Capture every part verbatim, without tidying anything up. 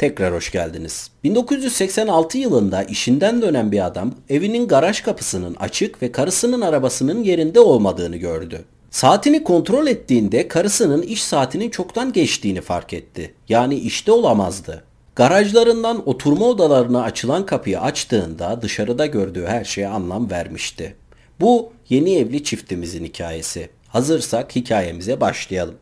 Tekrar hoş geldiniz. bin dokuz yüz seksen altı yılında işinden dönen bir adam evinin garaj kapısının açık ve karısının arabasının yerinde olmadığını gördü. Saatini kontrol ettiğinde karısının iş saatinin çoktan geçtiğini fark etti. Yani işte olamazdı. Garajlarından oturma odalarına açılan kapıyı açtığında dışarıda gördüğü her şeye anlam vermişti. Bu yeni evli çiftimizin hikayesi. Hazırsak hikayemize başlayalım.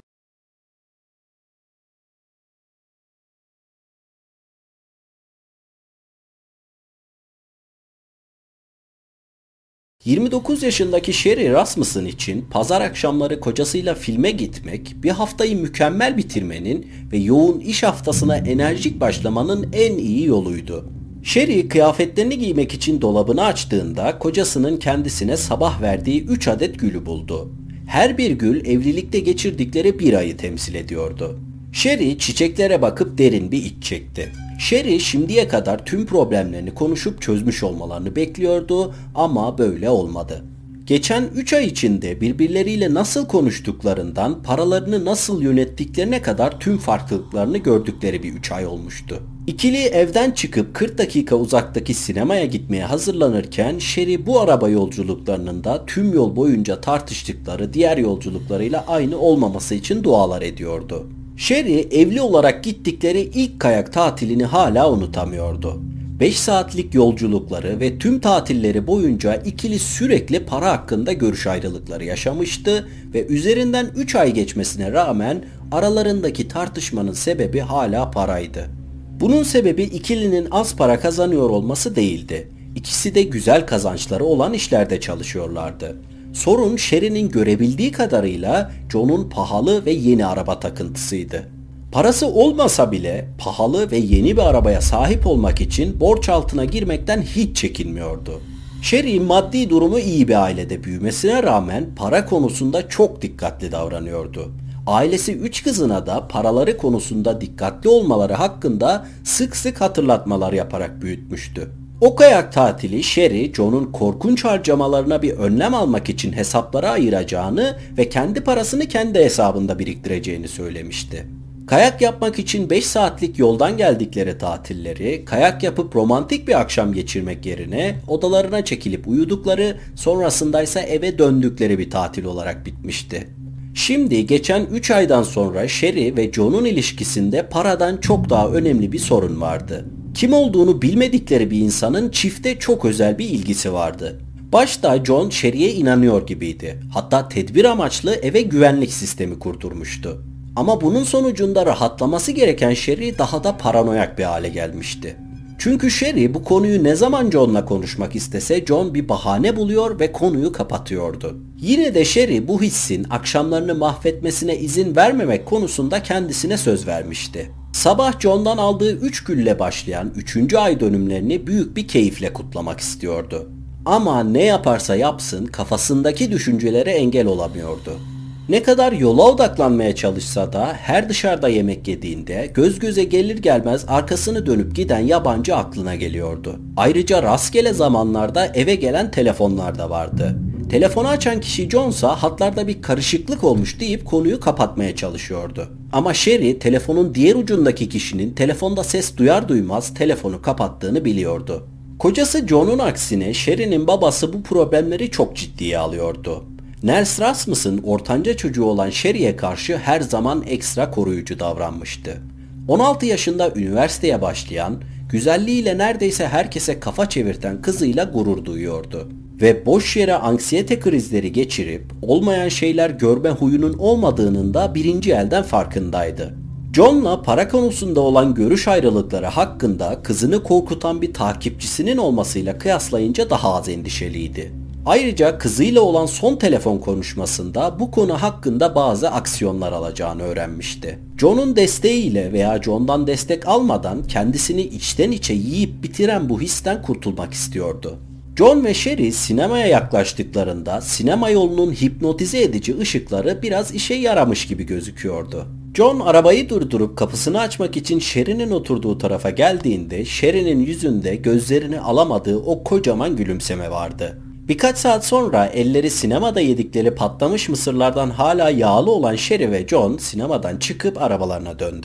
yirmi dokuz yaşındaki Sherry Rasmussen için pazar akşamları kocasıyla filme gitmek, bir haftayı mükemmel bitirmenin ve yoğun iş haftasına enerjik başlamanın en iyi yoluydu. Sherry kıyafetlerini giymek için dolabını açtığında kocasının kendisine sabah verdiği üç adet gülü buldu. Her bir gül evlilikte geçirdikleri bir ayı temsil ediyordu. Sherry çiçeklere bakıp derin bir iç çekti. Sherry şimdiye kadar tüm problemlerini konuşup çözmüş olmalarını bekliyordu ama böyle olmadı. Geçen üç ay içinde birbirleriyle nasıl konuştuklarından paralarını nasıl yönettiklerine kadar tüm farklılıklarını gördükleri bir üç ay olmuştu. İkili evden çıkıp kırk dakika uzaktaki sinemaya gitmeye hazırlanırken Sherry bu araba yolculuklarının da tüm yol boyunca tartıştıkları diğer yolculuklarıyla aynı olmaması için dualar ediyordu. Sherry evli olarak gittikleri ilk kayak tatilini hala unutamıyordu. beş saatlik yolculukları ve tüm tatilleri boyunca ikili sürekli para hakkında görüş ayrılıkları yaşamıştı ve üzerinden üç ay geçmesine rağmen aralarındaki tartışmanın sebebi hala paraydı. Bunun sebebi ikilinin az para kazanıyor olması değildi. İkisi de güzel kazançları olan işlerde çalışıyorlardı. Sorun Sherry'nin görebildiği kadarıyla John'un pahalı ve yeni araba takıntısıydı. Parası olmasa bile pahalı ve yeni bir arabaya sahip olmak için borç altına girmekten hiç çekinmiyordu. Sherry maddi durumu iyi bir ailede büyümesine rağmen para konusunda çok dikkatli davranıyordu. Ailesi üç kızına da paraları konusunda dikkatli olmaları hakkında sık sık hatırlatmalar yaparak büyütmüştü. O kayak tatili Sherry, John'un korkunç harcamalarına bir önlem almak için hesaplara ayıracağını ve kendi parasını kendi hesabında biriktireceğini söylemişti. Kayak yapmak için beş saatlik yoldan geldikleri tatilleri, kayak yapıp romantik bir akşam geçirmek yerine odalarına çekilip uyudukları, sonrasındaysa eve döndükleri bir tatil olarak bitmişti. Şimdi geçen üç aydan sonra Sherry ve John'un ilişkisinde paradan çok daha önemli bir sorun vardı. Kim olduğunu bilmedikleri bir insanın çifte çok özel bir ilgisi vardı. Başta John Sherry'e inanıyor gibiydi. Hatta tedbir amaçlı eve güvenlik sistemi kurdurmuştu. Ama bunun sonucunda rahatlaması gereken Sherry daha da paranoyak bir hale gelmişti. Çünkü Sherry bu konuyu ne zaman John'la konuşmak istese John bir bahane buluyor ve konuyu kapatıyordu. Yine de Sherry bu hissin akşamlarını mahvetmesine izin vermemek konusunda kendisine söz vermişti. Sabah John'dan aldığı üç gülle başlayan üçüncü ay dönümlerini büyük bir keyifle kutlamak istiyordu. Ama ne yaparsa yapsın kafasındaki düşüncelere engel olamıyordu. Ne kadar yola odaklanmaya çalışsa da her dışarıda yemek yediğinde göz göze gelir gelmez arkasını dönüp giden yabancı aklına geliyordu. Ayrıca rastgele zamanlarda eve gelen telefonlar da vardı. Telefonu açan kişi John'sa hatlarda bir karışıklık olmuş deyip konuyu kapatmaya çalışıyordu. Ama Sherry telefonun diğer ucundaki kişinin telefonda ses duyar duymaz telefonu kapattığını biliyordu. Kocası John'un aksine Sherry'nin babası bu problemleri çok ciddiye alıyordu. Nels Rasmussen ortanca çocuğu olan Sherry'e karşı her zaman ekstra koruyucu davranmıştı. on altı yaşında üniversiteye başlayan, güzelliğiyle neredeyse herkese kafa çevirten kızıyla gurur duyuyordu. Ve boş yere anksiyete krizleri geçirip olmayan şeyler görme huyunun olmadığının da birinci elden farkındaydı. John'la para konusunda olan görüş ayrılıkları hakkında kızını korkutan bir takipçisinin olmasıyla kıyaslayınca daha az endişeliydi. Ayrıca kızıyla olan son telefon konuşmasında bu konu hakkında bazı aksiyonlar alacağını öğrenmişti. John'un desteğiyle veya John'dan destek almadan kendisini içten içe yiyip bitiren bu histen kurtulmak istiyordu. John ve Sherry sinemaya yaklaştıklarında sinema yolunun hipnotize edici ışıkları biraz işe yaramış gibi gözüküyordu. John arabayı durdurup kapısını açmak için Sherry'nin oturduğu tarafa geldiğinde Sherry'nin yüzünde gözlerini alamadığı o kocaman gülümseme vardı. Birkaç saat sonra elleri sinemada yedikleri patlamış mısırlardan hala yağlı olan Sherry ve John sinemadan çıkıp arabalarına döndü.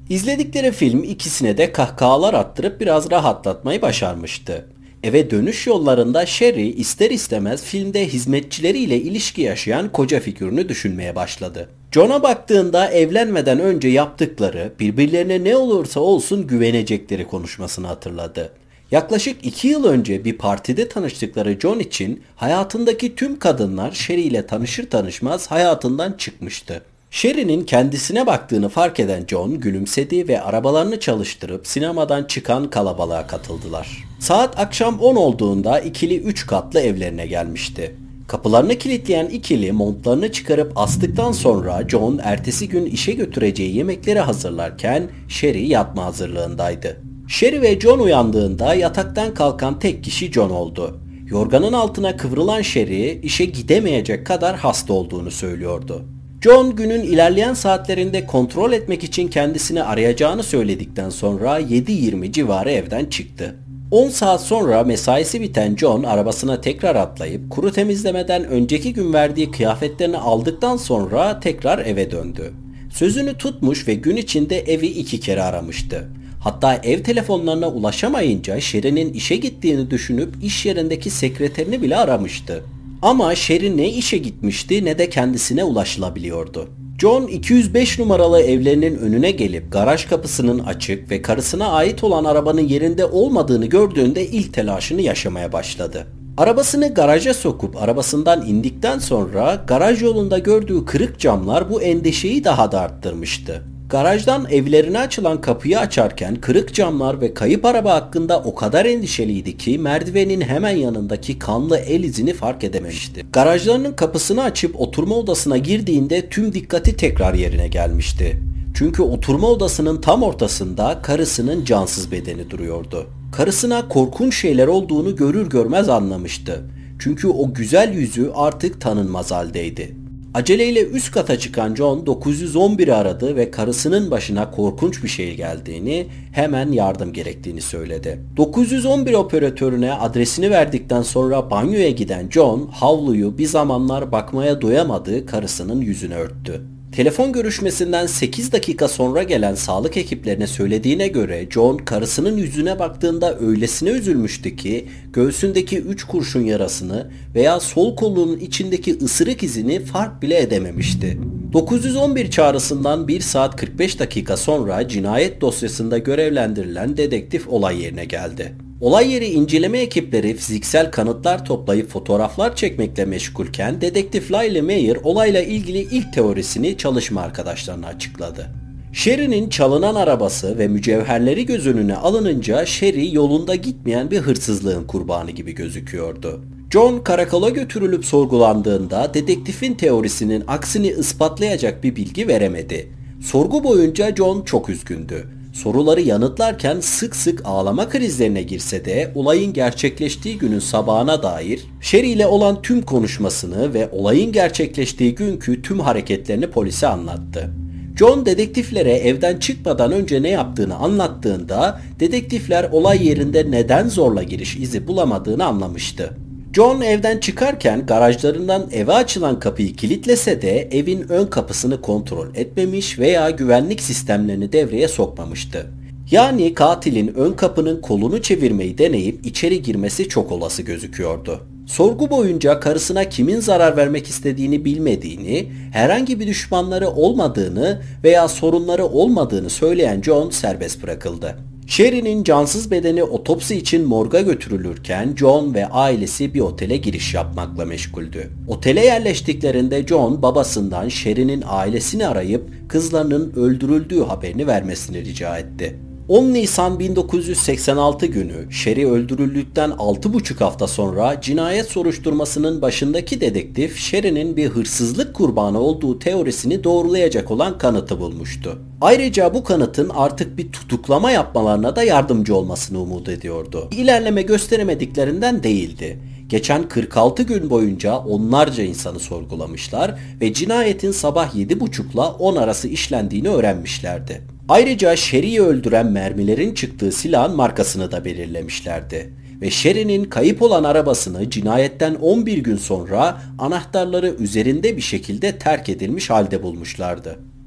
İzledikleri film ikisine de kahkahalar attırıp biraz rahatlatmayı başarmıştı. Eve dönüş yollarında Sherry ister istemez filmde hizmetçileriyle ilişki yaşayan koca figürünü düşünmeye başladı. John'a baktığında evlenmeden önce yaptıkları, birbirlerine ne olursa olsun güvenecekleri konuşmasını hatırladı. Yaklaşık iki yıl önce bir partide tanıştıkları John için hayatındaki tüm kadınlar Sherry ile tanışır tanışmaz hayatından çıkmıştı. Sherry'nin kendisine baktığını fark eden John gülümsedi ve arabalarını çalıştırıp sinemadan çıkan kalabalığa katıldılar. Saat akşam on olduğunda ikili üç katlı evlerine gelmişti. Kapılarını kilitleyen ikili montlarını çıkarıp astıktan sonra John ertesi gün işe götüreceği yemekleri hazırlarken Sherry yatma hazırlığındaydı. Sherry ve John uyandığında yataktan kalkan tek kişi John oldu. Yorganın altına kıvrılan Sherry işe gidemeyecek kadar hasta olduğunu söylüyordu. John günün ilerleyen saatlerinde kontrol etmek için kendisini arayacağını söyledikten sonra yedi yirmi civarı evden çıktı. on saat sonra mesaisi biten John arabasına tekrar atlayıp kuru temizlemeden önceki gün verdiği kıyafetlerini aldıktan sonra tekrar eve döndü. Sözünü tutmuş ve gün içinde evi iki kere aramıştı. Hatta ev telefonlarına ulaşamayınca Sherry'nin işe gittiğini düşünüp iş yerindeki sekreterini bile aramıştı. Ama Sherry ne işe gitmişti ne de kendisine ulaşılabiliyordu. John iki yüz beş numaralı evlerinin önüne gelip garaj kapısının açık ve karısına ait olan arabanın yerinde olmadığını gördüğünde ilk telaşını yaşamaya başladı. Arabasını garaja sokup arabasından indikten sonra garaj yolunda gördüğü kırık camlar bu endişeyi daha da arttırmıştı. Garajdan evlerine açılan kapıyı açarken kırık camlar ve kayıp araba hakkında o kadar endişeliydi ki merdivenin hemen yanındaki kanlı el izini fark edememişti. Garajlarının kapısını açıp oturma odasına girdiğinde tüm dikkati tekrar yerine gelmişti. Çünkü oturma odasının tam ortasında karısının cansız bedeni duruyordu. Karısına korkunç şeyler olduğunu görür görmez anlamıştı. Çünkü o güzel yüzü artık tanınmaz haldeydi. Aceleyle üst kata çıkan John dokuz yüz on bir'i aradı ve karısının başına korkunç bir şey geldiğini, hemen yardım gerektiğini söyledi. dokuz yüz on bir operatörüne adresini verdikten sonra banyoya giden John, havluyu bir zamanlar bakmaya doyamadığı karısının yüzüne örttü. Telefon görüşmesinden sekiz dakika sonra gelen sağlık ekiplerine söylediğine göre John karısının yüzüne baktığında öylesine üzülmüştü ki göğsündeki üç kurşun yarasını veya sol kolunun içindeki ısırık izini fark bile edememişti. dokuz yüz on bir çağrısından bir saat kırk beş dakika sonra cinayet dosyasında görevlendirilen dedektif olay yerine geldi. Olay yeri inceleme ekipleri fiziksel kanıtlar toplayıp fotoğraflar çekmekle meşgulken dedektif Lyle Mayer olayla ilgili ilk teorisini çalışma arkadaşlarına açıkladı. Sherry'nin çalınan arabası ve mücevherleri göz önüne alınınca Sherry yolunda gitmeyen bir hırsızlığın kurbanı gibi gözüküyordu. John karakola götürülüp sorgulandığında dedektifin teorisinin aksini ispatlayacak bir bilgi veremedi. Sorgu boyunca John çok üzgündü. Soruları yanıtlarken sık sık ağlama krizlerine girse de olayın gerçekleştiği günün sabahına dair Sherry ile olan tüm konuşmasını ve olayın gerçekleştiği günkü tüm hareketlerini polise anlattı. John dedektiflere evden çıkmadan önce ne yaptığını anlattığında dedektifler olay yerinde neden zorla giriş izi bulamadığını anlamıştı. John evden çıkarken garajlarından eve açılan kapıyı kilitlese de evin ön kapısını kontrol etmemiş veya güvenlik sistemlerini devreye sokmamıştı. Yani katilin ön kapının kolunu çevirmeyi deneyip içeri girmesi çok olası gözüküyordu. Sorgu boyunca karısına kimin zarar vermek istediğini bilmediğini, herhangi bir düşmanları olmadığını veya sorunları olmadığını söyleyen John serbest bırakıldı. Sherry'nin cansız bedeni otopsi için morga götürülürken John ve ailesi bir otele giriş yapmakla meşguldü. Otele yerleştiklerinde John babasından Sherry'nin ailesini arayıp kızlarının öldürüldüğü haberini vermesini rica etti. on Nisan bin dokuz yüz seksen altı günü Sherry öldürüldükten altı buçuk hafta sonra cinayet soruşturmasının başındaki dedektif Sherry'nin bir hırsızlık kurbanı olduğu teorisini doğrulayacak olan kanıtı bulmuştu. Ayrıca bu kanıtın artık bir tutuklama yapmalarına da yardımcı olmasını umut ediyordu. İlerleme gösteremediklerinden değildi. Geçen kırk altı gün boyunca onlarca insanı sorgulamışlar ve cinayetin sabah yedi buçuk ile on arası işlendiğini öğrenmişlerdi. Ayrıca Sherry'yi öldüren mermilerin çıktığı silahın markasını da belirlemişlerdi. Ve Sherry'nin kayıp olan arabasını cinayetten on bir gün sonra anahtarları üzerinde bir şekilde terk edilmiş halde bulmuşlardı.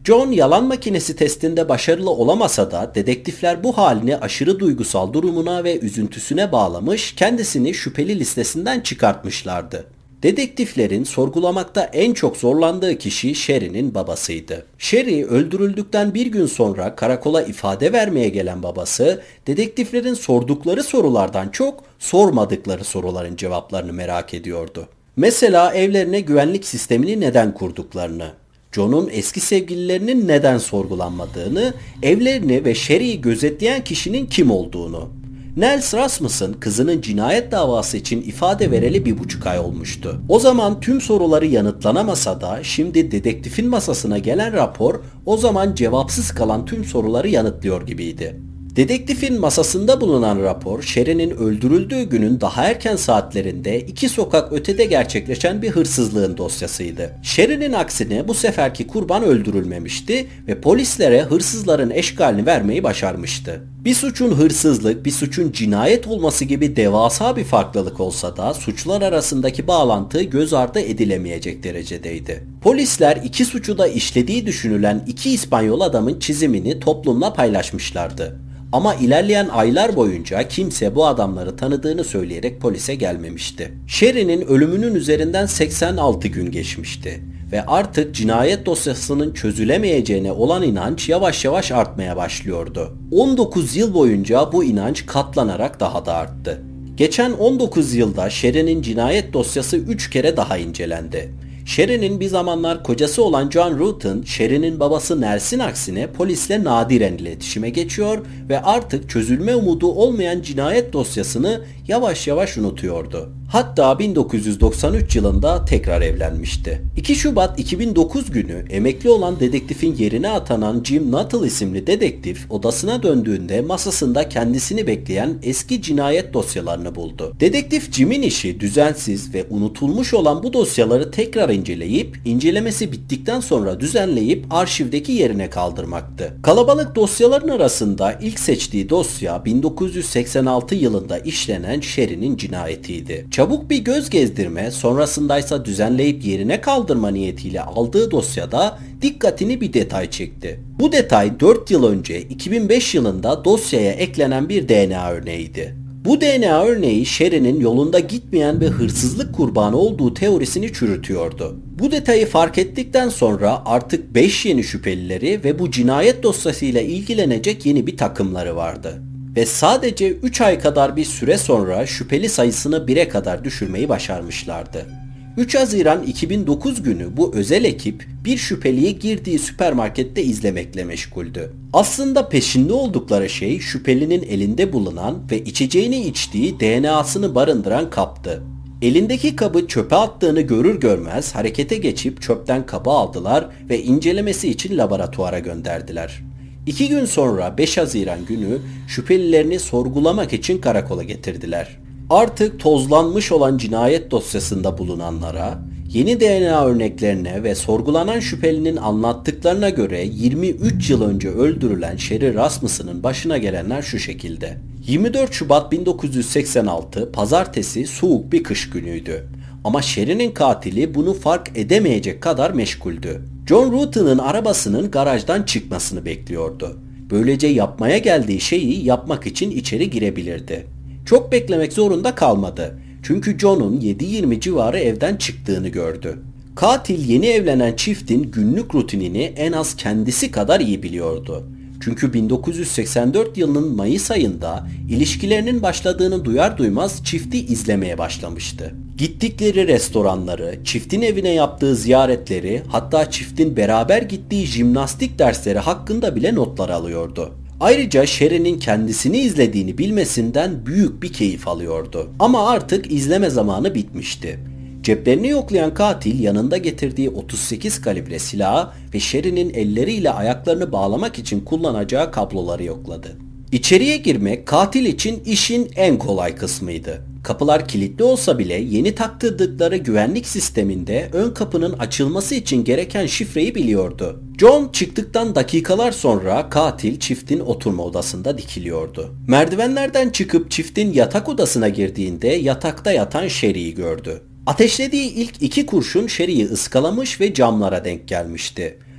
John yalan makinesi testinde başarılı olamasa da dedektifler bu halini aşırı duygusal durumuna ve üzüntüsüne bağlamış, kendisini şüpheli listesinden çıkartmışlardı. Dedektiflerin sorgulamakta en çok zorlandığı kişi Sherry'nin babasıydı. Sherry öldürüldükten bir gün sonra karakola ifade vermeye gelen babası, dedektiflerin sordukları sorulardan çok sormadıkları soruların cevaplarını merak ediyordu. Mesela evlerine güvenlik sistemini neden kurduklarını, John'un eski sevgililerinin neden sorgulanmadığını, evlerini ve Sherry'i gözetleyen kişinin kim olduğunu. Nels Rasmussen kızının cinayet davası için ifade vereli bir buçuk ay olmuştu. O zaman tüm soruları yanıtlanamasa da şimdi dedektifin masasına gelen rapor o zaman cevapsız kalan tüm soruları yanıtlıyor gibiydi. Dedektifin masasında bulunan rapor, Sherry'nin öldürüldüğü günün daha erken saatlerinde iki sokak ötede gerçekleşen bir hırsızlığın dosyasıydı. Sherry'nin aksine bu seferki kurban öldürülmemişti ve polislere hırsızların eşkalini vermeyi başarmıştı. Bir suçun hırsızlık, bir suçun cinayet olması gibi devasa bir farklılık olsa da suçlar arasındaki bağlantı göz ardı edilemeyecek derecedeydi. Polisler iki suçu da işlediği düşünülen iki İspanyol adamın çizimini toplumla paylaşmışlardı. Ama ilerleyen aylar boyunca kimse bu adamları tanıdığını söyleyerek polise gelmemişti. Sherry'nin ölümünün üzerinden seksen altı gün geçmişti ve artık cinayet dosyasının çözülemeyeceğine olan inanç yavaş yavaş artmaya başlıyordu. on dokuz yıl boyunca bu inanç katlanarak daha da arttı. Geçen on dokuz yılda Sherry'nin cinayet dosyası üç kere daha incelendi. Sherry'nin bir zamanlar kocası olan John Rutten, Sherry'nin babası Nels'in aksine polisle nadiren iletişime geçiyor ve artık çözülme umudu olmayan cinayet dosyasını yavaş yavaş unutuyordu. Hatta bin dokuz yüz doksan üç yılında tekrar evlenmişti. iki Şubat iki bin dokuz günü emekli olan dedektifin yerine atanan Jim Nuttall isimli dedektif odasına döndüğünde masasında kendisini bekleyen eski cinayet dosyalarını buldu. Dedektif Jim'in işi düzensiz ve unutulmuş olan bu dosyaları tekrar inceleyip, incelemesi bittikten sonra düzenleyip arşivdeki yerine kaldırmaktı. Kalabalık dosyaların arasında ilk seçtiği dosya bin dokuz yüz seksen altı yılında işlenen Sherry'nin cinayetiydi. Çabuk bir göz gezdirme, sonrasındaysa düzenleyip yerine kaldırma niyetiyle aldığı dosyada dikkatini bir detay çekti. Bu detay dört yıl önce iki bin beş yılında dosyaya eklenen bir D N A örneğiydi. Bu D N A örneği Sherry'nin yolunda gitmeyen bir hırsızlık kurbanı olduğu teorisini çürütüyordu. Bu detayı fark ettikten sonra artık beş yeni şüphelileri ve bu cinayet dosyasıyla ilgilenecek yeni bir takımları vardı. Ve sadece üç ay kadar bir süre sonra şüpheli sayısını bire kadar düşürmeyi başarmışlardı. üç Haziran iki bin dokuz günü bu özel ekip bir şüpheliyi girdiği süpermarkette izlemekle meşguldü. Aslında peşinde oldukları şey şüphelinin elinde bulunan ve içeceğini içtiği D N A'sını barındıran kaptı. Elindeki kabı çöpe attığını görür görmez harekete geçip çöpten kabı aldılar ve incelemesi için laboratuvara gönderdiler. İki gün sonra beş Haziran günü şüphelilerini sorgulamak için karakola getirdiler. Artık tozlanmış olan cinayet dosyasında bulunanlara, yeni D N A örneklerine ve sorgulanan şüphelinin anlattıklarına göre yirmi üç yıl önce öldürülen Sherry Rasmussen'ın başına gelenler şu şekilde. yirmi dört Şubat bin dokuz yüz seksen altı Pazartesi soğuk bir kış günüydü. Ama Sherry'nin katili bunu fark edemeyecek kadar meşguldü. John Rutten'ın arabasının garajdan çıkmasını bekliyordu. Böylece yapmaya geldiği şeyi yapmak için içeri girebilirdi. Çok beklemek zorunda kalmadı. Çünkü John'un yedi yirmi civarı evden çıktığını gördü. Katil yeni evlenen çiftin günlük rutinini en az kendisi kadar iyi biliyordu. Çünkü bin dokuz yüz seksen dört yılının Mayıs ayında ilişkilerinin başladığını duyar duymaz çifti izlemeye başlamıştı. Gittikleri restoranları, çiftin evine yaptığı ziyaretleri, hatta çiftin beraber gittiği jimnastik dersleri hakkında bile notlar alıyordu. Ayrıca Sherry'nin kendisini izlediğini bilmesinden büyük bir keyif alıyordu. Ama artık izleme zamanı bitmişti. Ceplerini yoklayan katil yanında getirdiği otuz sekiz kalibre silahı ve Sherry'nin elleriyle ayaklarını bağlamak için kullanacağı kabloları yokladı. İçeriye girmek katil için işin en kolay kısmıydı. Kapılar kilitli olsa bile yeni taktırdıkları güvenlik sisteminde ön kapının açılması için gereken şifreyi biliyordu. John çıktıktan dakikalar sonra katil çiftin oturma odasında dikiliyordu. Merdivenlerden çıkıp çiftin yatak odasına girdiğinde yatakta yatan Sherry'i gördü. Ateşlediği ilk iki kurşun Sherry'i ıskalamış ve camlara denk gelmişti.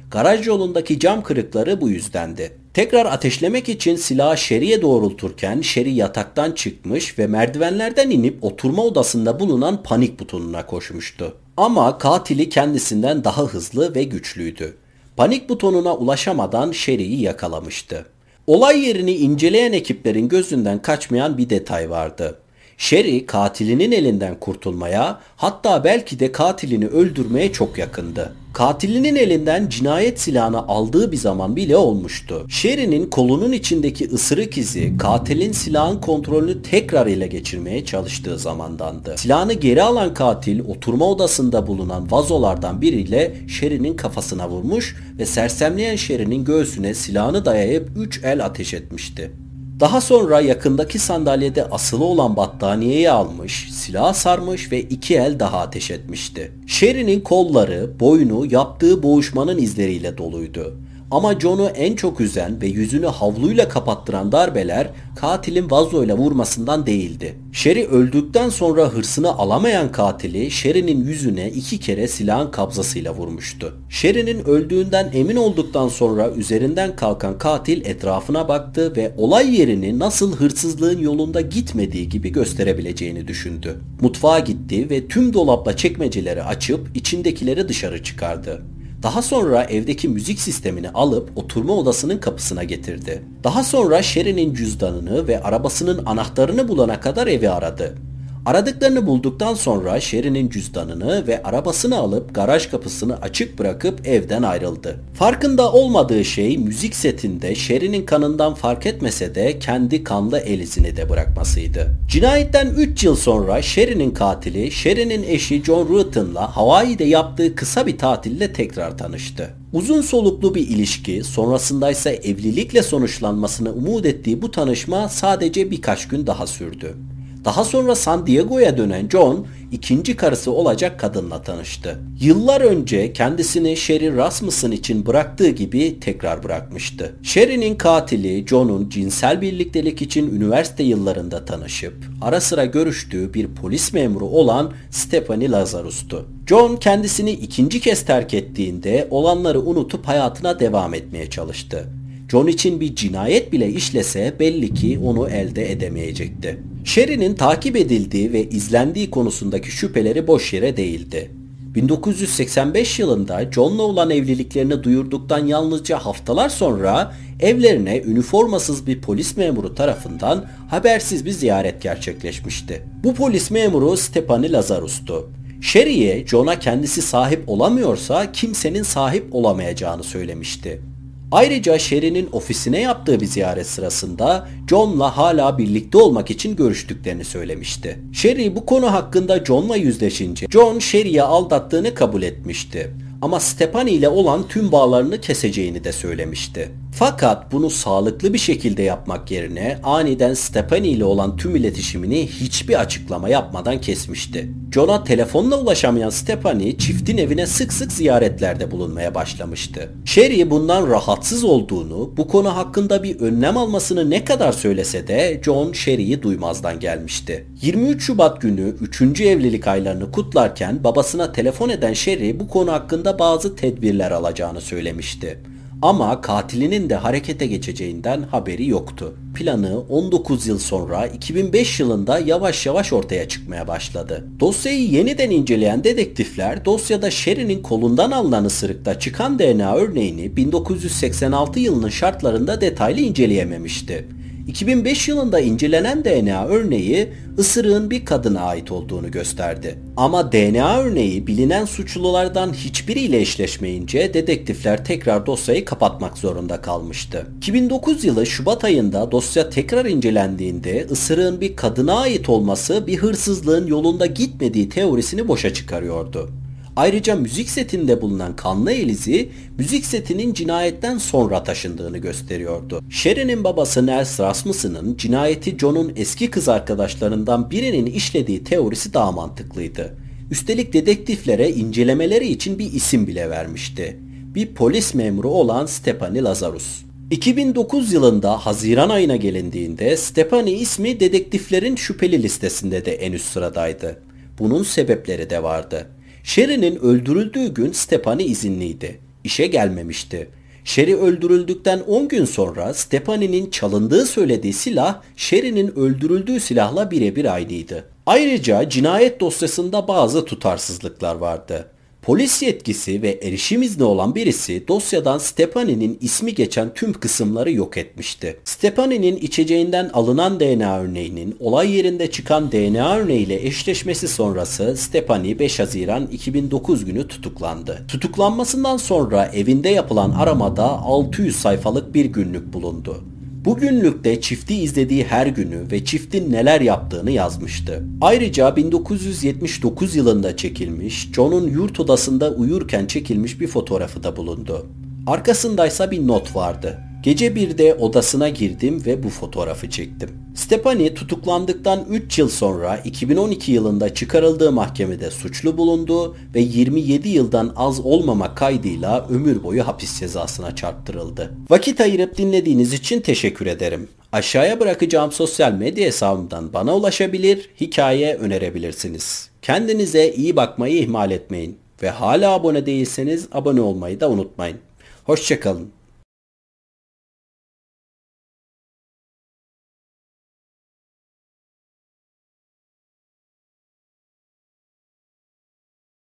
Garaj yolundaki cam kırıkları bu yüzdendi. Tekrar ateşlemek için silahı Sherry'e doğrulturken Sherry yataktan çıkmış ve merdivenlerden inip oturma odasında bulunan panik butonuna koşmuştu. Ama katili kendisinden daha hızlı ve güçlüydü. Panik butonuna ulaşamadan Sherry'yi yakalamıştı. Olay yerini inceleyen ekiplerin gözünden kaçmayan bir detay vardı. Sherry katilinin elinden kurtulmaya, hatta belki de katilini öldürmeye çok yakındı. Katilinin elinden cinayet silahını aldığı bir zaman bile olmuştu. Sherry'nin kolunun içindeki ısırık izi katilin silahın kontrolünü tekrar ele geçirmeye çalıştığı zamandandı. Silahını geri alan katil oturma odasında bulunan vazolardan biriyle Sherry'nin kafasına vurmuş ve sersemleyen Sherry'nin göğsüne silahını dayayıp üç el ateş etmişti. Daha sonra yakındaki sandalyede asılı olan battaniyeyi almış, silah sarmış ve iki el daha ateş etmişti. Sherry'nin kolları, boynu yaptığı boğuşmanın izleriyle doluydu. Ama John'u en çok üzen ve yüzünü havluyla kapattıran darbeler katilin vazoyla vurmasından değildi. Sherry öldükten sonra hırsını alamayan katili Sherry'nin yüzüne iki kere silahın kabzasıyla vurmuştu. Sherry'nin öldüğünden emin olduktan sonra üzerinden kalkan katil etrafına baktı ve olay yerini nasıl hırsızlığın yolunda gitmediği gibi gösterebileceğini düşündü. Mutfağa gitti ve tüm dolapla çekmeceleri açıp içindekileri dışarı çıkardı. Daha sonra evdeki müzik sistemini alıp oturma odasının kapısına getirdi. Daha sonra Sherry'nin cüzdanını ve arabasının anahtarını bulana kadar evi aradı. Aradıklarını bulduktan sonra Sherry'nin cüzdanını ve arabasını alıp garaj kapısını açık bırakıp evden ayrıldı. Farkında olmadığı şey müzik setinde Sherry'nin kanından fark etmese de kendi kanlı el izini de bırakmasıydı. Cinayetten üç yıl sonra Sherry'nin katili Sherry'nin eşi John Rueten'la Hawaii'de yaptığı kısa bir tatille tekrar tanıştı. Uzun soluklu bir ilişki, sonrasında ise evlilikle sonuçlanmasını umut ettiği bu tanışma sadece birkaç gün daha sürdü. Daha sonra San Diego'ya dönen John, ikinci karısı olacak kadınla tanıştı. Yıllar önce kendisini Sherry Rasmussen için bıraktığı gibi tekrar bırakmıştı. Sherry'nin katili John'un cinsel birliktelik için üniversite yıllarında tanışıp ara sıra görüştüğü bir polis memuru olan Stephanie Lazarus'tu. John kendisini ikinci kez terk ettiğinde olanları unutup hayatına devam etmeye çalıştı. John için bir cinayet bile işlese belli ki onu elde edemeyecekti. Sherry'nin takip edildiği ve izlendiği konusundaki şüpheleri boş yere değildi. bin dokuz yüz seksen beş yılında John'la olan evliliklerini duyurduktan yalnızca haftalar sonra evlerine üniformasız bir polis memuru tarafından habersiz bir ziyaret gerçekleşmişti. Bu polis memuru Stephanie Lazarus'tu. Sherry'e John'a kendisi sahip olamıyorsa kimsenin sahip olamayacağını söylemişti. Ayrıca Sherry'nin ofisine yaptığı bir ziyaret sırasında John'la hala birlikte olmak için görüştüklerini söylemişti. Sherry bu konu hakkında John'la yüzleşince John Sherry'yi aldattığını kabul etmişti. Ama Stephanie ile olan tüm bağlarını keseceğini de söylemişti. Fakat bunu sağlıklı bir şekilde yapmak yerine aniden Stephanie ile olan tüm iletişimini hiçbir açıklama yapmadan kesmişti. John'a telefonla ulaşamayan Stephanie çiftin evine sık sık ziyaretlerde bulunmaya başlamıştı. Sherry bundan rahatsız olduğunu, bu konu hakkında bir önlem almasını ne kadar söylese de John Sherry'yi duymazdan gelmişti. yirmi üç Şubat günü üçüncü evlilik aylarını kutlarken babasına telefon eden Sherry bu konu hakkında bazı tedbirler alacağını söylemişti. Ama katilinin de harekete geçeceğinden haberi yoktu. Planı on dokuz yıl sonra iki bin beş yılında yavaş yavaş ortaya çıkmaya başladı. Dosyayı yeniden inceleyen dedektifler dosyada Sherry'nin kolundan alınan ısırıkta çıkan D N A örneğini bin dokuz yüz seksen altı yılının şartlarında detaylı inceleyememişti. iki bin beş yılında incelenen D N A örneği ısırığın bir kadına ait olduğunu gösterdi. Ama D N A örneği bilinen suçlulardan hiçbiriyle eşleşmeyince dedektifler tekrar dosyayı kapatmak zorunda kalmıştı. iki bin dokuz yılı Şubat ayında dosya tekrar incelendiğinde ısırığın bir kadına ait olması bir hırsızlığın yolunda gitmediği teorisini boşa çıkarıyordu. Ayrıca müzik setinde bulunan kanlı el izi müzik setinin cinayetten sonra taşındığını gösteriyordu. Sherry'nin babası Nels Rasmussen'ın cinayeti John'un eski kız arkadaşlarından birinin işlediği teorisi daha mantıklıydı. Üstelik dedektiflere incelemeleri için bir isim bile vermişti. Bir polis memuru olan Stephanie Lazarus. iki bin dokuz yılında Haziran ayına gelindiğinde Stephanie ismi dedektiflerin şüpheli listesinde de en üst sıradaydı. Bunun sebepleri de vardı. Sherry'nin öldürüldüğü gün Stephanie izinliydi. işe gelmemişti. Sherry öldürüldükten on gün sonra Stephanie'nin çalındığı söylediği silah Sherry'nin öldürüldüğü silahla birebir aynıydı. Ayrıca cinayet dosyasında bazı tutarsızlıklar vardı. Polis yetkisi ve erişim izni olan birisi dosyadan Stephanie'nin ismi geçen tüm kısımları yok etmişti. Stephanie'nin içeceğinden alınan D N A örneğinin olay yerinde çıkan D N A örneğiyle eşleşmesi sonrası Stephanie beş Haziran iki bin dokuz günü tutuklandı. Tutuklanmasından sonra evinde yapılan aramada altı yüz sayfalık bir günlük bulundu. Bu günlükte çifti izlediği her günü ve çiftin neler yaptığını yazmıştı. Ayrıca bin dokuz yüz yetmiş dokuz yılında çekilmiş, John'un yurt odasında uyurken çekilmiş bir fotoğrafı da bulundu. Arkasındaysa bir not vardı. Gece birde odasına girdim ve bu fotoğrafı çektim. Stephanie tutuklandıktan üç yıl sonra iki bin on iki yılında çıkarıldığı mahkemede suçlu bulundu ve yirmi yedi yıldan az olmamak kaydıyla ömür boyu hapis cezasına çarptırıldı. Vakit ayırıp dinlediğiniz için teşekkür ederim. Aşağıya bırakacağım sosyal medya hesabımdan bana ulaşabilir, hikaye önerebilirsiniz. Kendinize iyi bakmayı ihmal etmeyin ve hala abone değilseniz abone olmayı da unutmayın. Hoşça kalın.